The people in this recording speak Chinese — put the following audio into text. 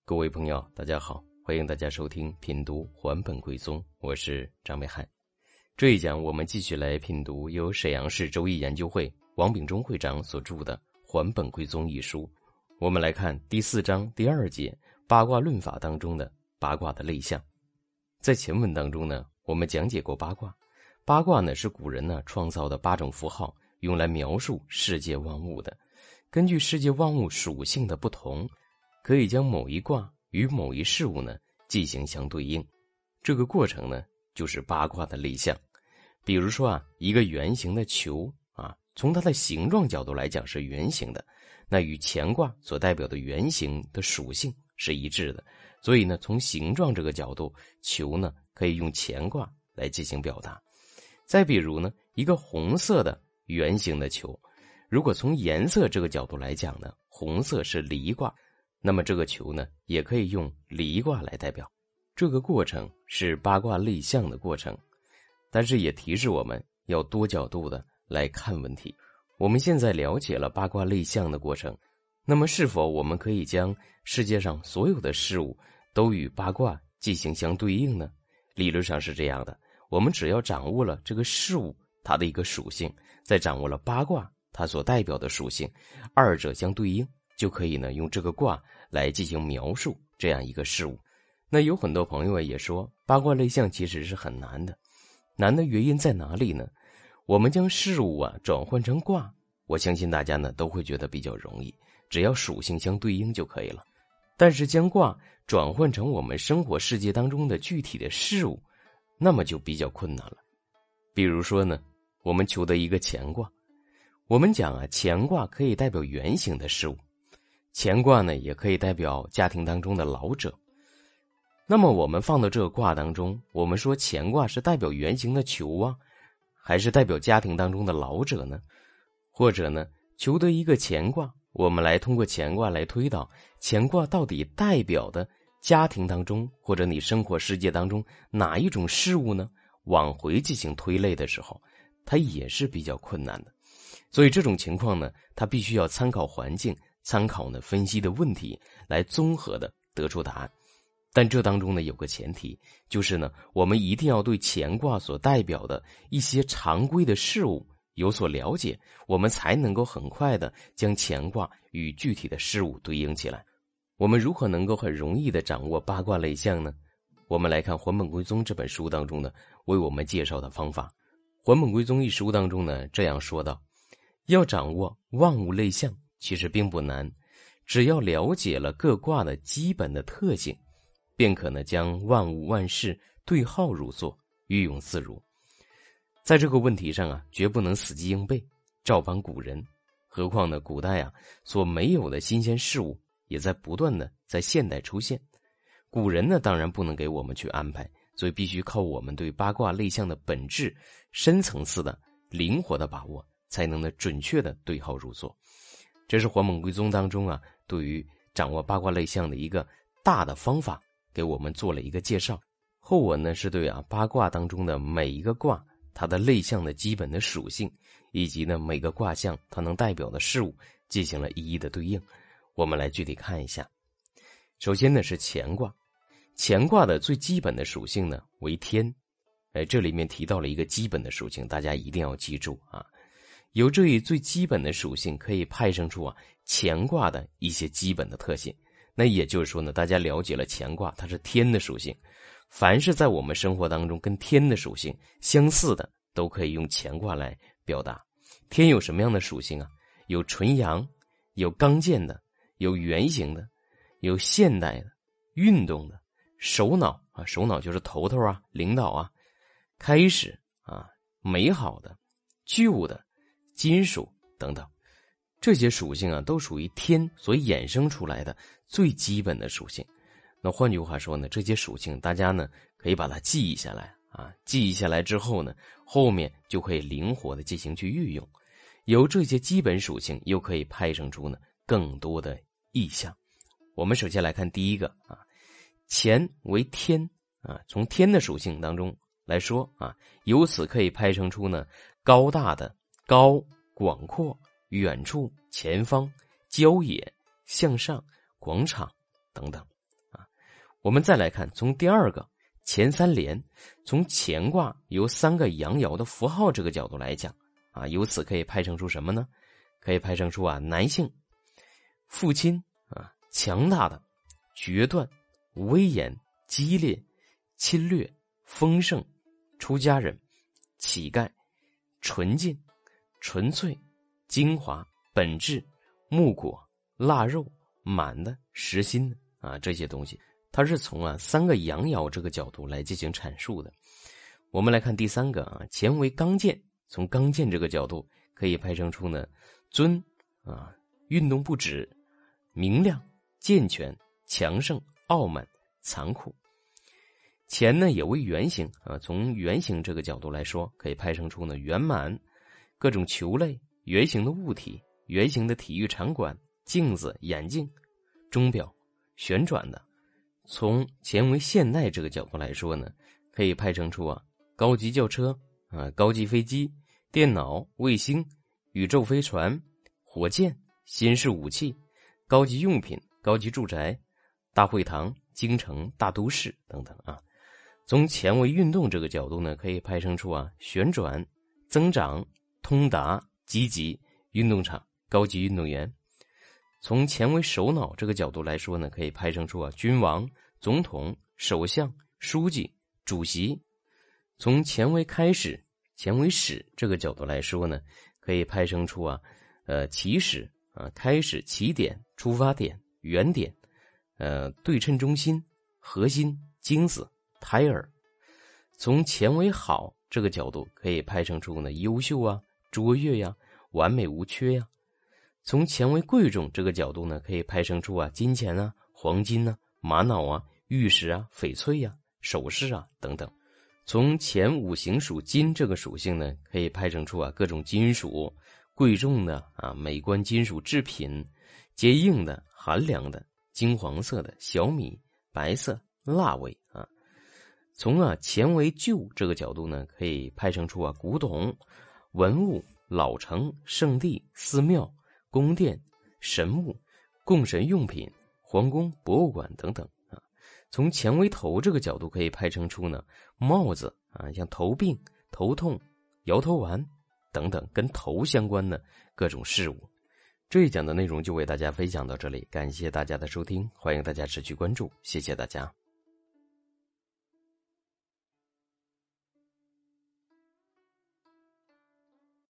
各位朋友大家好，欢迎大家收听品读还本归宗，我是张美汉。这一讲我们继续来品读由沈阳市周易研究会王秉忠会长所著的《还本归宗》一书。我们来看第4章第2节八卦论法当中的八卦的类象。在前文当中呢，我们讲解过八卦。八卦呢是古人呢创造的8种符号，用来描述世界万物的。根据世界万物属性的不同，可以将某一卦与某一事物呢进行相对应。这个过程呢就是八卦的类象。比如说一个圆形的球从它的形状角度来讲是圆形的，那与乾卦所代表的圆形的属性是一致的，所以呢从形状这个角度，球呢可以用乾卦来进行表达。再比如呢，一个红色的圆形的球，如果从颜色这个角度来讲呢，红色是离卦，那么这个球呢也可以用离卦来代表。这个过程是八卦类象的过程，但是也提示我们要多角度的来看问题。我们现在了解了八卦类象的过程，那么是否我们可以将世界上所有的事物都与八卦进行相对应呢？理论上是这样的，我们只要掌握了这个事物它的一个属性，再掌握了八卦它所代表的属性，二者相对应，就可以呢用这个卦来进行描述这样一个事物。那有很多朋友也说八卦类象其实是很难的，难的原因在哪里呢？我们将事物转换成卦，我相信大家呢都会觉得比较容易，只要属性相对应就可以了。但是将卦转换成我们生活世界当中的具体的事物，那么就比较困难了。比如说呢，我们求得一个乾卦，我们讲乾卦可以代表圆形的事物，乾卦呢也可以代表家庭当中的老者。那么我们放到这个卦当中，我们说乾卦是代表圆形的球还是代表家庭当中的老者呢？或者呢，求得一个乾卦，我们来通过乾卦来推导乾卦到底代表的家庭当中或者你生活世界当中哪一种事物呢？往回进行推类的时候，它也是比较困难的。所以这种情况呢，它必须要参考环境，参考呢分析的问题，来综合的得出答案。但这当中呢有个前提，就是呢我们一定要对乾卦所代表的一些常规的事物有所了解，我们才能够很快的将乾卦与具体的事物对应起来。我们如何能够很容易的掌握八卦类象呢？我们来看《还本归宗》这本书当中呢为我们介绍的方法。《还本归宗》一书当中呢这样说道，要掌握万物类象其实并不难，只要了解了各卦的基本的特性，便可呢将万物万事对号入座，运用自如。在这个问题上绝不能死记硬背，照搬古人。何况呢古代所没有的新鲜事物也在不断的在现代出现。古人呢当然不能给我们去安排，所以必须靠我们对八卦类象的本质深层次的灵活的把握，才能呢准确的对号入座。这是《还本归宗》当中对于掌握八卦类象的一个大的方法给我们做了一个介绍。后文呢是对八卦当中的每一个卦它的类象的基本的属性，以及呢每个卦象它能代表的事物进行了一一的对应。我们来具体看一下。首先呢是乾卦，乾卦的最基本的属性呢为天。这里面提到了一个基本的属性，大家一定要记住由这一最基本的属性可以派生出乾卦的一些基本的特性。那也就是说呢，大家了解了乾卦它是天的属性，凡是在我们生活当中跟天的属性相似的，都可以用乾卦来表达。天有什么样的属性有纯阳，有刚健的，有圆形的，有现代的，运动的，首脑首脑就是头头领导开始美好的，旧的，金属等等。这些属性都属于天所衍生出来的最基本的属性。那换句话说呢，这些属性大家呢可以把它记忆下来记忆下来之后呢，后面就可以灵活的进行去运用。由这些基本属性又可以派生出呢更多的意象。我们首先来看第一个乾为天从天的属性当中来说由此可以派生出呢高大的、高、广阔、远处、前方、郊野、向上、广场等等我们再来看从第二个乾三连，从乾卦由3个阳爻的符号这个角度来讲啊，由此可以派生出什么呢？可以派生出男性父亲强大的、决断、威严、激烈、侵略、丰盛、出家人、乞丐、纯净、纯粹、精华、本质、木果、腊肉、满的、实心的这些东西，它是从3个阳爻这个角度来进行阐述的。我们来看第3个乾为刚健，从刚健这个角度可以派生出呢尊运动不止、明亮、健全、强盛、傲慢、残酷。乾呢也为圆形从圆形这个角度来说，可以派生出呢圆满、各种球类、圆形的物体、圆形的体育场馆、镜子、眼镜、钟表、旋转的。从乾为现代这个角度来说呢，可以派生出高级轿车高级飞机、电脑、卫星、宇宙飞船、火箭、新式武器、高级用品、高级住宅、大会堂、京城、大都市等等从乾为运动这个角度呢，可以派生出旋转、增长、通达、积极、运动场、高级运动员。从乾为首脑这个角度来说呢，可以派生出君王、总统、首相、书记、主席。从乾为开始、乾为始这个角度来说呢，可以派生出起始开始、起点、出发点、原点对称中心、核心、精子、胎儿。从乾为好这个角度可以派生出呢优秀卓越完美无缺从乾为贵重这个角度呢，可以派生出金钱黄金玛瑙玉石翡翠首饰等等。从乾五行属金这个属性呢，可以派生出各种金属、贵重的美观金属制品、坚硬的、寒凉的、金黄色的、小米、白色、蜡味从乾为旧这个角度呢，可以派生出古董、文物、老城、圣地、寺庙、宫殿、神物、供神用品、皇宫、博物馆等等从乾为头这个角度可以派生出呢帽子像头病、头痛、摇头丸等等跟头相关的各种事物。这一讲的内容就为大家分享到这里，感谢大家的收听，欢迎大家持续关注，谢谢大家。